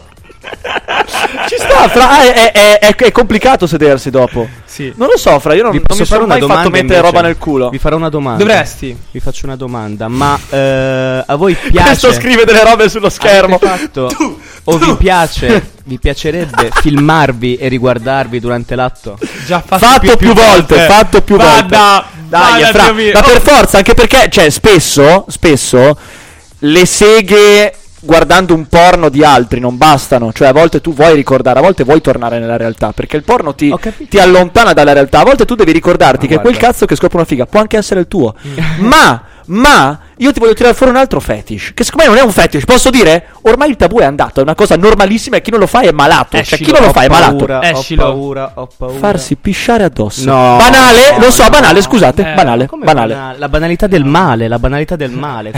Ci sta, è complicato sedersi dopo. Sì. Non lo so, io non mi sono mai fatto mettere roba nel culo. Vi farò una domanda. Dovresti. Vi faccio una domanda. Ma a voi piace? Questo scrive delle robe sullo schermo. O vi piacerebbe filmarvi e riguardarvi durante l'atto? Già fatto più volte. Dai, ma per forza, anche perché, cioè, spesso le seghe guardando un porno di altri non bastano. Cioè a volte tu vuoi ricordare, a volte vuoi tornare nella realtà, perché il porno ti allontana dalla realtà. A volte tu devi ricordarti che quel cazzo che scopre una figa può anche essere il tuo. Ma io ti voglio tirare fuori un altro fetish, che secondo me non è un fetish, posso dire? Ormai il tabù è andato, è una cosa normalissima e chi non lo fa è malato. Cioè chi non lo fa è malato. Ho paura. Farsi pisciare addosso. No. Banale, lo so, banale, scusate. Banale. La banalità del male. La banalità del male.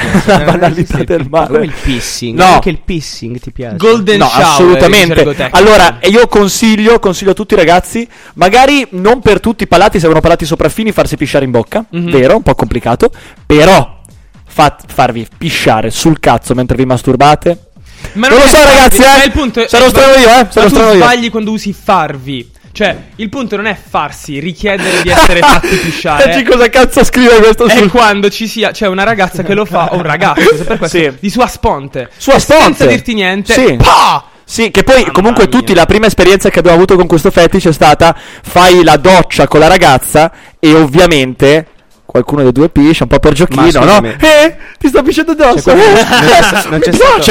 Come il pissing. No. Anche il pissing ti piace? Golden shower. Assolutamente. Allora, io consiglio a tutti i ragazzi, magari non per tutti i palati, se avevano palati sopraffini, farsi pisciare in bocca. Vero, un po' complicato. Però farvi pisciare sul cazzo mentre vi masturbate. Ma non lo so, ragazzi, il punto sarò strano io, tu sbagli quando usi farvi. Cioè, il punto non è farsi, richiedere di essere fatti pisciare. Cosa cazzo scrive questo? È quando ci sia, c'è una ragazza che lo fa, o un ragazzo, per questo, di sua sponte. Senza dirti niente. Sì. Sì, che poi comunque tutti la prima esperienza che abbiamo avuto con questo fetish è stata: fai la doccia con la ragazza e ovviamente qualcuno dei due piscia un po' per giochino, no? Ti sto pisciando addosso. Non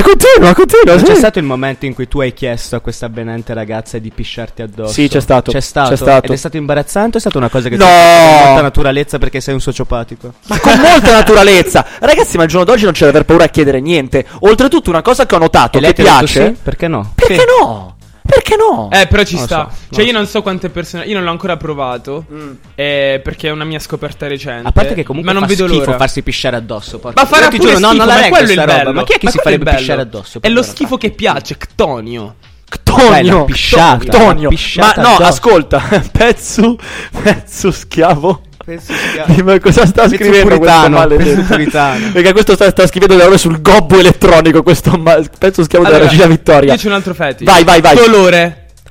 c'è stato il momento in cui tu hai chiesto a questa avvenente ragazza di pisciarti addosso? Sì, c'è stato. Ed è stato imbarazzante o è stata una cosa che no, ti ha fatto con molta naturalezza perché sei un sociopatico? Ma con molta naturalezza. Ragazzi, ma il giorno d'oggi non c'è da aver paura a chiedere niente. Oltretutto una cosa che ho notato che piace. Sì? Perché no? Perché no? Perché no? Però ci sta. Io non so quante persone. Io non l'ho ancora provato. Perché è una mia scoperta recente. A parte che comunque ma non fa vedo schifo l'ora. farsi pisciare addosso. Ma farà pure schifo, non la quello il bello. Ma chi è che si farebbe pisciare addosso? È lo schifo che piace, Ctonio. Ma no, ascolta. Pezzo schiavo. Ma cosa sta scrivendo questo maledetto? Perché questo sta scrivendo le robe sul gobbo elettronico. Questo pezzo schiavo della regina Vittoria. Io c'ho un altro fetish. Vai. Dolore.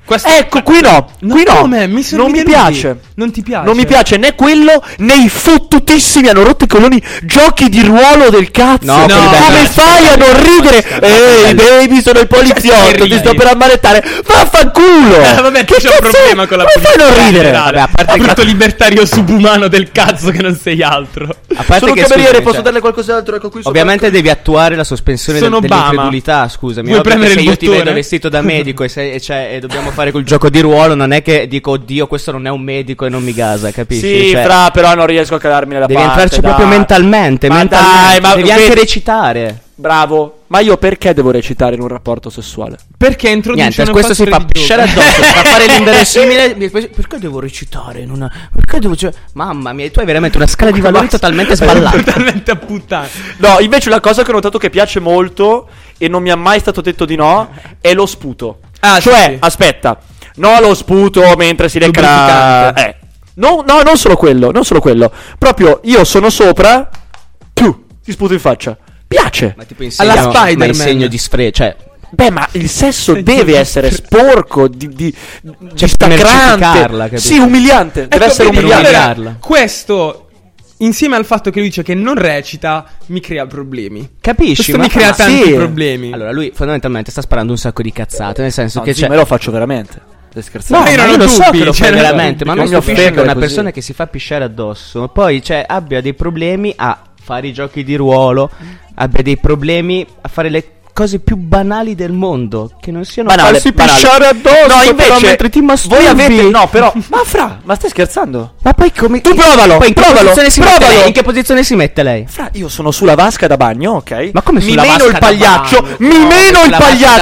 Ecco, qui no. Qui no. Come? Non mi piace. Non ti piace? Non mi piace né quello né i fottutissimi, hanno rotto i coglioni, giochi di ruolo del cazzo. No, come fai a non ridere? Ehi, baby, sono il poliziotto, ti sto per ammanettare. Vaffanculo. Vabbè, che c'è un problema con la polizia. Come fai a non ridere? Vabbè, a parte questo libertario subumano del cazzo che non sei altro. A parte sono che cameriere, scusami, posso darle qualcos'altro? Ecco qui. Ovviamente devi attuare la sospensione dell'incredulità. Scusami, vuoi premere se il io bottone? ti vedo vestito da medico e dobbiamo fare quel gioco di ruolo, non è che dico oddio, questo non è un medico e non mi gasa, capisci? Sì, però non riesco a calarmi nella devi parte. Devi entrarci proprio mentalmente. Devi anche recitare. Bravo. Ma io perché devo recitare in un rapporto sessuale? Perché introduce niente, questo si fa pisciare addosso, si fa fare l'inverosimile. Perché devo recitare in una... Perché devo... Mamma mia, tu hai veramente una scala di valori totalmente sballata. Totalmente a puttana. No, invece una cosa che ho notato che piace molto e non mi è mai stato detto di no è lo sputo. Cioè, sì. Aspetta, no lo sputo mentre si lecca. No, non solo quello, Proprio io sono sopra, ti sputo in faccia. Piace. Ma tipo alla Spider-Man. Ma in segno di cioè beh, ma il sesso deve essere sporco, staccante. Sì, umiliante. Deve essere umiliante. Questo, insieme al fatto che lui dice che non recita, mi crea problemi. Capisci? Questo mi crea tanti problemi. Allora, lui fondamentalmente sta sparando un sacco di cazzate. Nel senso che me lo faccio veramente. No, io non lo so che lo fai veramente. Ma non mi stupisce che una persona che si fa pisciare addosso poi abbia dei problemi a fare i giochi di ruolo, abbia dei problemi a fare le cose più banali del mondo, che non siano farsi pisciare addosso. No, invece mentre ti masturbi. Voi avete ma stai scherzando? Ma poi come tu provalo, poi in che posizione si mette lei? Io sono sulla vasca da bagno, ok? Ma come sulla vasca da bagno? Mi meno il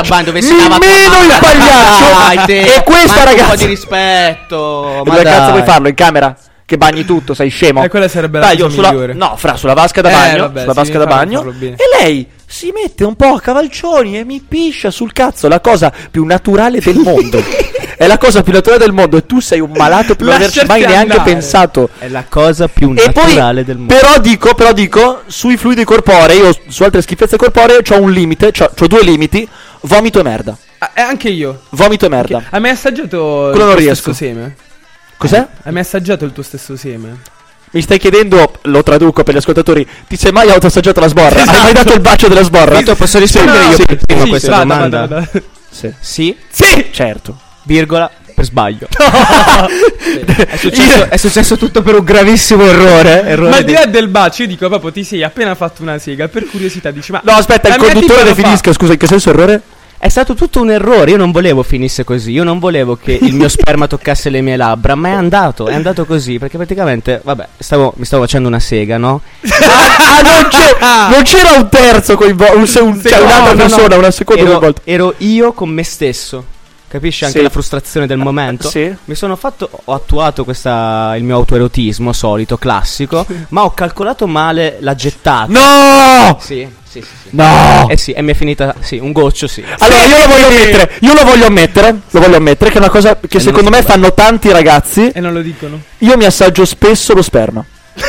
pagliaccio. E questa ragazza, un po' di rispetto. Ma dove cazzo vuoi farlo? In camera? Che bagni tutto, sei scemo? E quella sarebbe la cosa migliore. No, sulla vasca da bagno, e lei si mette un po' a cavalcioni e mi piscia sul cazzo. La cosa più naturale del mondo. È la cosa più naturale del mondo. E tu sei un malato per non averci mai neanche pensato. È la cosa più naturale del mondo. Però dico, sui fluidi corporei o su altre schifezze corporee c'ho un limite, c'ho due limiti: vomito e merda. Anche io. Vomito e merda. Hai mai assaggiato quello non riesco. Stesso seme? Cos'è? Hai mai assaggiato il tuo stesso seme? Mi stai chiedendo, lo traduco per gli ascoltatori, ti sei mai autoassaggiato la sborra? Esatto. Hai mai dato il bacio della sborra? Io posso rispondere io prima a questa domanda? Vada. Sì, certo. Virgola, per sbaglio. No. È successo tutto per un gravissimo errore. Ma al di là del bacio, io dico proprio, ti sei appena fatto una sega, per curiosità dici, ma... No, aspetta, il conduttore definisca, scusa, in che senso errore? È stato tutto un errore, io non volevo finisse così, io non volevo che il mio sperma toccasse le mie labbra, ma è andato così, perché praticamente, vabbè, mi stavo facendo una sega, no? Non c'era un terzo coinvolto, un'altra persona, una seconda coinvolta. Ero io con me stesso. Capisci anche la frustrazione del momento? Sì. Ho attuato il mio autoerotismo solito, classico, ma ho calcolato male la gettata. No! Sì. No! Sì, e mi è finita, un goccio, sì. Allora, io lo voglio ammettere, che è una cosa che secondo me fanno tanti ragazzi. E non lo dicono. Io mi assaggio spesso lo sperma.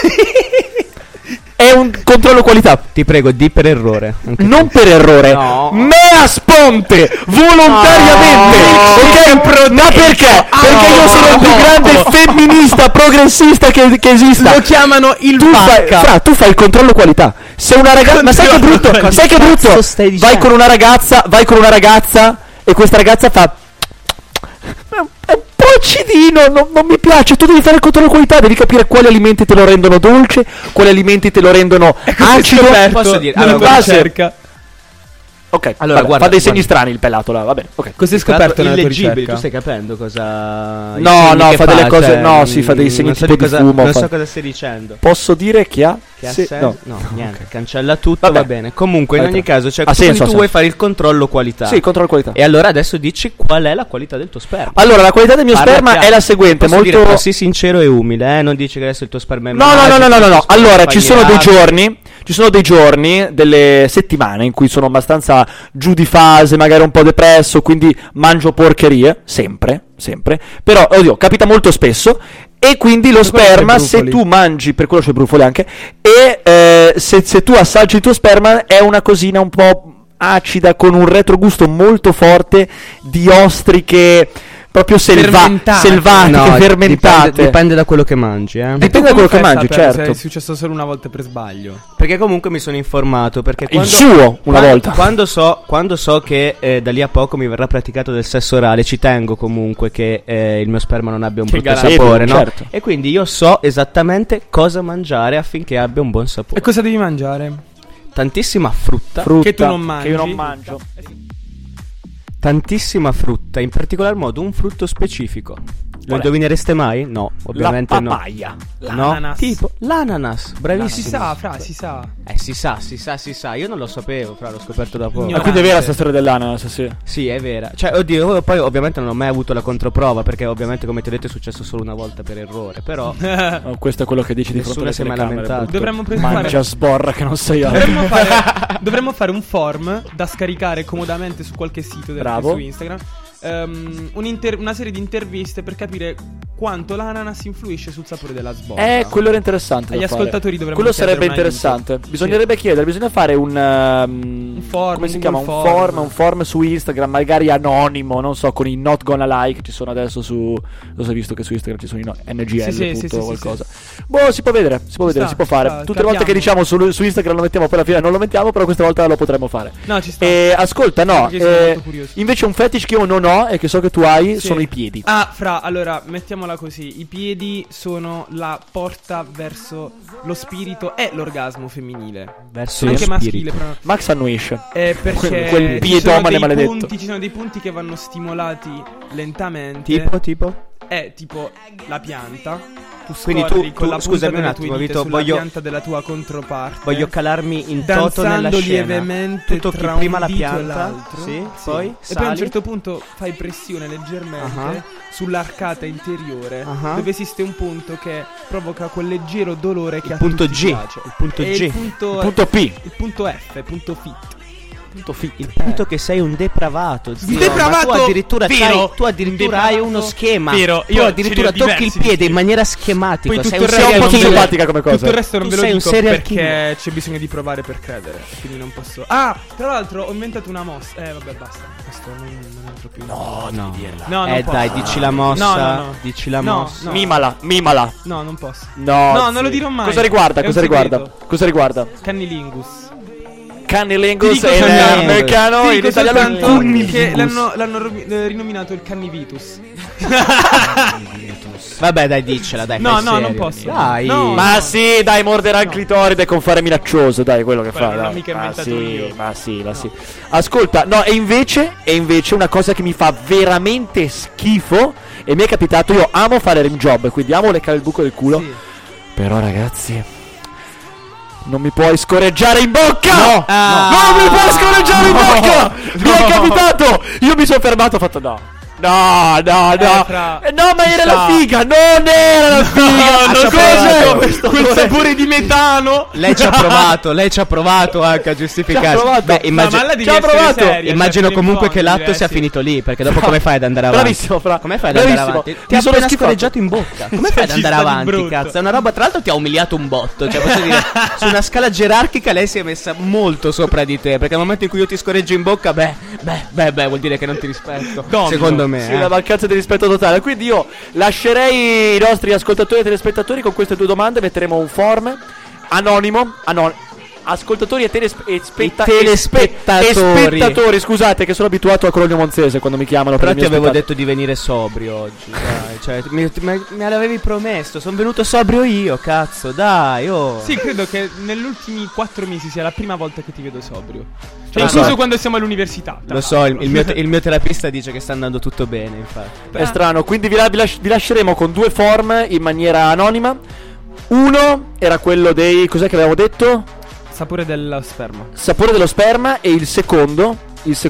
È un controllo qualità. Ti prego, di per errore. Non per errore. No. Mea sponte. Volontariamente. Ok? Ma perché? Perché io sono il più grande femminista progressista che esista. Lo chiamano il vacca. Tu fai il controllo qualità. Se una ragazza... Ma sai che brutto? Sai che brutto? Vai con una ragazza e questa ragazza fa... È un po' acidino, non mi piace. Tu devi fare il controllo qualità, devi capire quali alimenti te lo rendono dolce, quali alimenti te lo rendono acido. Posso dire, Ok, allora guarda, fa dei segni strani il pelato là, vabbè, ok. Cosa hai scoperto nella tua ricerca? Tu stai capendo cosa... No, fa delle cose, fa dei segni tipo di fumo. Non so cosa stai dicendo. Posso dire che ha... No, niente, okay. Cancella tutto, va bene. Comunque, in ogni caso, tu vuoi fare il controllo qualità. Sì, controllo qualità. E allora adesso dici qual è la qualità del tuo sperma. Allora, la qualità del mio sperma è la seguente, molto... Dire, però sii sincero e umile, non dici che adesso il tuo sperma è No. Allora, ci sono dei giorni, delle settimane in cui sono abbastanza giù di fase, magari un po' depresso, quindi mangio porcherie, sempre, però, capita molto spesso, e quindi lo sperma, se tu mangi, per quello c'è brufoli anche, e se tu assaggi il tuo sperma è una cosina un po' acida, con un retrogusto molto forte di ostriche, proprio selvatiche, no, fermentate. Dipende da quello che mangi, Dipende da quello che mangi, certo. È successo solo una volta per sbaglio. Perché comunque mi sono informato. Perché il suo una volta. Quando so che da lì a poco mi verrà praticato del sesso orale, ci tengo comunque che il mio sperma non abbia un brutto sapore, no? Certo. E quindi io so esattamente cosa mangiare affinché abbia un buon sapore. E cosa devi mangiare? Tantissima frutta. Che tu non mangi. Che io non mangio. Tantissima frutta, in particolar modo un frutto specifico. Lo indovinereste mai? No, ovviamente la papaya. No. L'ananas. Tipo l'ananas, bravissimo. Si sa, Fra, si sa. Si sa. Io non lo sapevo, Fra, l'ho scoperto da poco. Ma quindi è vera questa storia dell'ananas, sì. Sì, è vera. Cioè, oddio, poi ovviamente non ho mai avuto la controprova, perché ovviamente, come ti ho detto, è successo solo una volta per errore. Però questo è quello che dici di fronte alle si è mai telecamere. lamentato. Dovremmo Mangia sborra che non sei altro. Dovremmo fare un form da scaricare comodamente su qualche sito su Instagram. Una serie di interviste per capire quanto l'ananas influisce sul sapore della sborra. Quello era interessante. Agli ascoltatori dovremmo quello sarebbe chiedere un interessante. Bisognerebbe chiedere, bisogna fare un form, come si chiama? Un form su Instagram, magari anonimo, non so, con i not gonna like. Ci sono adesso su. Lo so, visto che su Instagram ci sono i NGL sì, qualcosa. Boh, si può vedere, si può fare. Tutte le volte che diciamo su Instagram lo mettiamo, poi alla fine non lo mettiamo, però questa volta lo potremmo fare. No, ci sta. Ascolta, no. Invece un fetish che io non ho e che so che tu hai sono i piedi. Fra, allora, mettiamola così. I piedi sono la porta verso lo spirito e l'orgasmo femminile. Verso anche lo maschile, spirito. però. Max annuisce. Perché quel piedomane maledetto. Ci sono dei punti che vanno stimolati lentamente. Tipo? È tipo la pianta. Quindi tu con la scusami un attimo, Vito, sulla pianta della tua controparte. Voglio calarmi in toto nella scena. Lievemente tu tocchi tra prima un la dito pianta, e l'altro. sì. Poi a un certo punto fai pressione leggermente sull'arcata interiore, dove esiste un punto che provoca quel leggero dolore che il punto G, piace. il punto G, il punto P, il punto F, punto fit. Il punto che sei un depravato, zio. Depravato, ma tu addirittura vero, hai uno schema. Vero, tu addirittura tocchi il piede in maniera schematica. Poi sei un po' simpatica come cosa. Tutto il resto non tu ve lo sei dico un serial perché killer. c'è bisogno di provare per credere. Quindi non posso. Tra l'altro ho inventato una mossa. Vabbè, basta. Questo non entro più. No. Non posso. Dai, dici la mossa. No. Dici la mossa. No. Mimala. No, non posso. No, non lo dirò mai. Cosa riguarda? Cannilingus. Cunnilingus Ti è dico in soltanto- americano, in italiano è soltanto che Cunnilingus. l'hanno rinominato il Cannivitus. Vabbè, dai, diccela, dai. No, fai serio. non posso. Dai. No. Ma sì, dai, morderà il clitoride con fare minaccioso, dai, quello che Quello fa. non l'ho Dai. mica inventato io. Ma sì. Ascolta, no, e invece una cosa che mi fa veramente schifo, e mi è capitato, io amo fare rim job, quindi amo leccare il buco del culo. Sì. Però ragazzi, non mi puoi scorreggiare in bocca! No. Non mi puoi scorreggiare in bocca! Mi è capitato! Io mi sono fermato, ho fatto no. No, ma era la figa, non era la figa. Cos'è quel sapore di metano? Lei ci ha provato anche a giustificarsi. Beh, immagino comunque che l'atto sia finito lì, perché dopo come fai ad andare avanti? Bravissimo, Fra. Come fai ad andare avanti? Ti ha appena scorreggiato in bocca. Come fai ad andare avanti, cazzo? È una roba, tra l'altro ti ha umiliato un botto. Cioè, posso dire, su una scala gerarchica lei si è messa molto sopra di te, perché al momento in cui io ti scorreggio in bocca, vuol dire che non ti rispetto. Secondo me. Sì, una mancanza di rispetto totale. Quindi io lascerei i nostri ascoltatori e telespettatori con queste due domande. Metteremo un form anonimo. Ascoltatori e telespettatori. Scusate, che sono abituato a Cologno Monzese quando mi chiamano. Però per ti avevo detto di venire sobrio oggi. Dai, cioè, me l'avevi promesso. Sono venuto sobrio io, cazzo. Dai, oh. Sì, credo che negli ultimi 4 mesi sia la prima volta che ti vedo sobrio. Cioè, incluso quando siamo all'università. Lo so, il mio terapista dice che sta andando tutto bene, infatti. È strano. Quindi vi lasceremo con due form in maniera anonima. Uno era quello dei. Cos'è che avevamo detto? Sapore dello sperma. E il secondo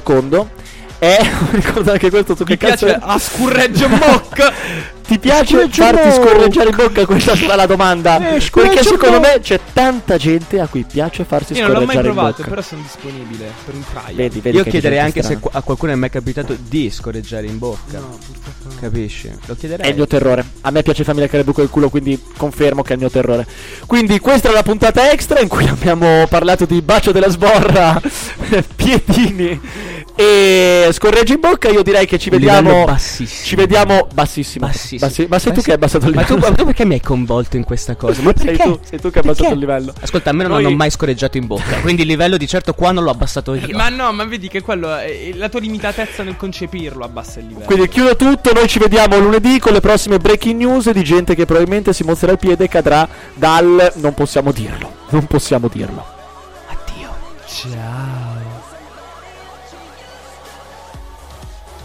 è ricordo anche questo, tu che cazzo piace a scurreggio in bocca. Ti piace farti scorreggiare in bocca? Questa sarà la domanda. Perché secondo me c'è tanta gente a cui piace farsi scorreggiare in bocca. Io non l'ho mai provato, bocca. Però sono disponibile per un trial. Vedi io chiederei anche se a qualcuno è mai capitato di scorreggiare in bocca. No, purtroppo no. Capisci? Lo chiederei. È il mio terrore. A me piace farmi leccare il buco del culo, quindi confermo che è il mio terrore. Quindi questa era la puntata extra in cui abbiamo parlato di bacio della sborra, piedini E scorreggi in bocca, io direi che ci vediamo bassissimo. Ci vediamo bassissimo. Ma sei tu che hai abbassato il livello. Ma tu perché mi hai coinvolto in questa cosa? Ma perché? Sei tu che hai abbassato il livello. Ascolta, almeno non ho mai scorreggiato in bocca. Quindi il livello di certo qua non l'ho abbassato io. Ma no, ma vedi che quello la tua limitatezza nel concepirlo abbassa il livello. Quindi chiudo tutto, noi ci vediamo lunedì con le prossime breaking news di gente che probabilmente si mozzerà il piede e cadrà dal non possiamo dirlo. Addio. Ciao.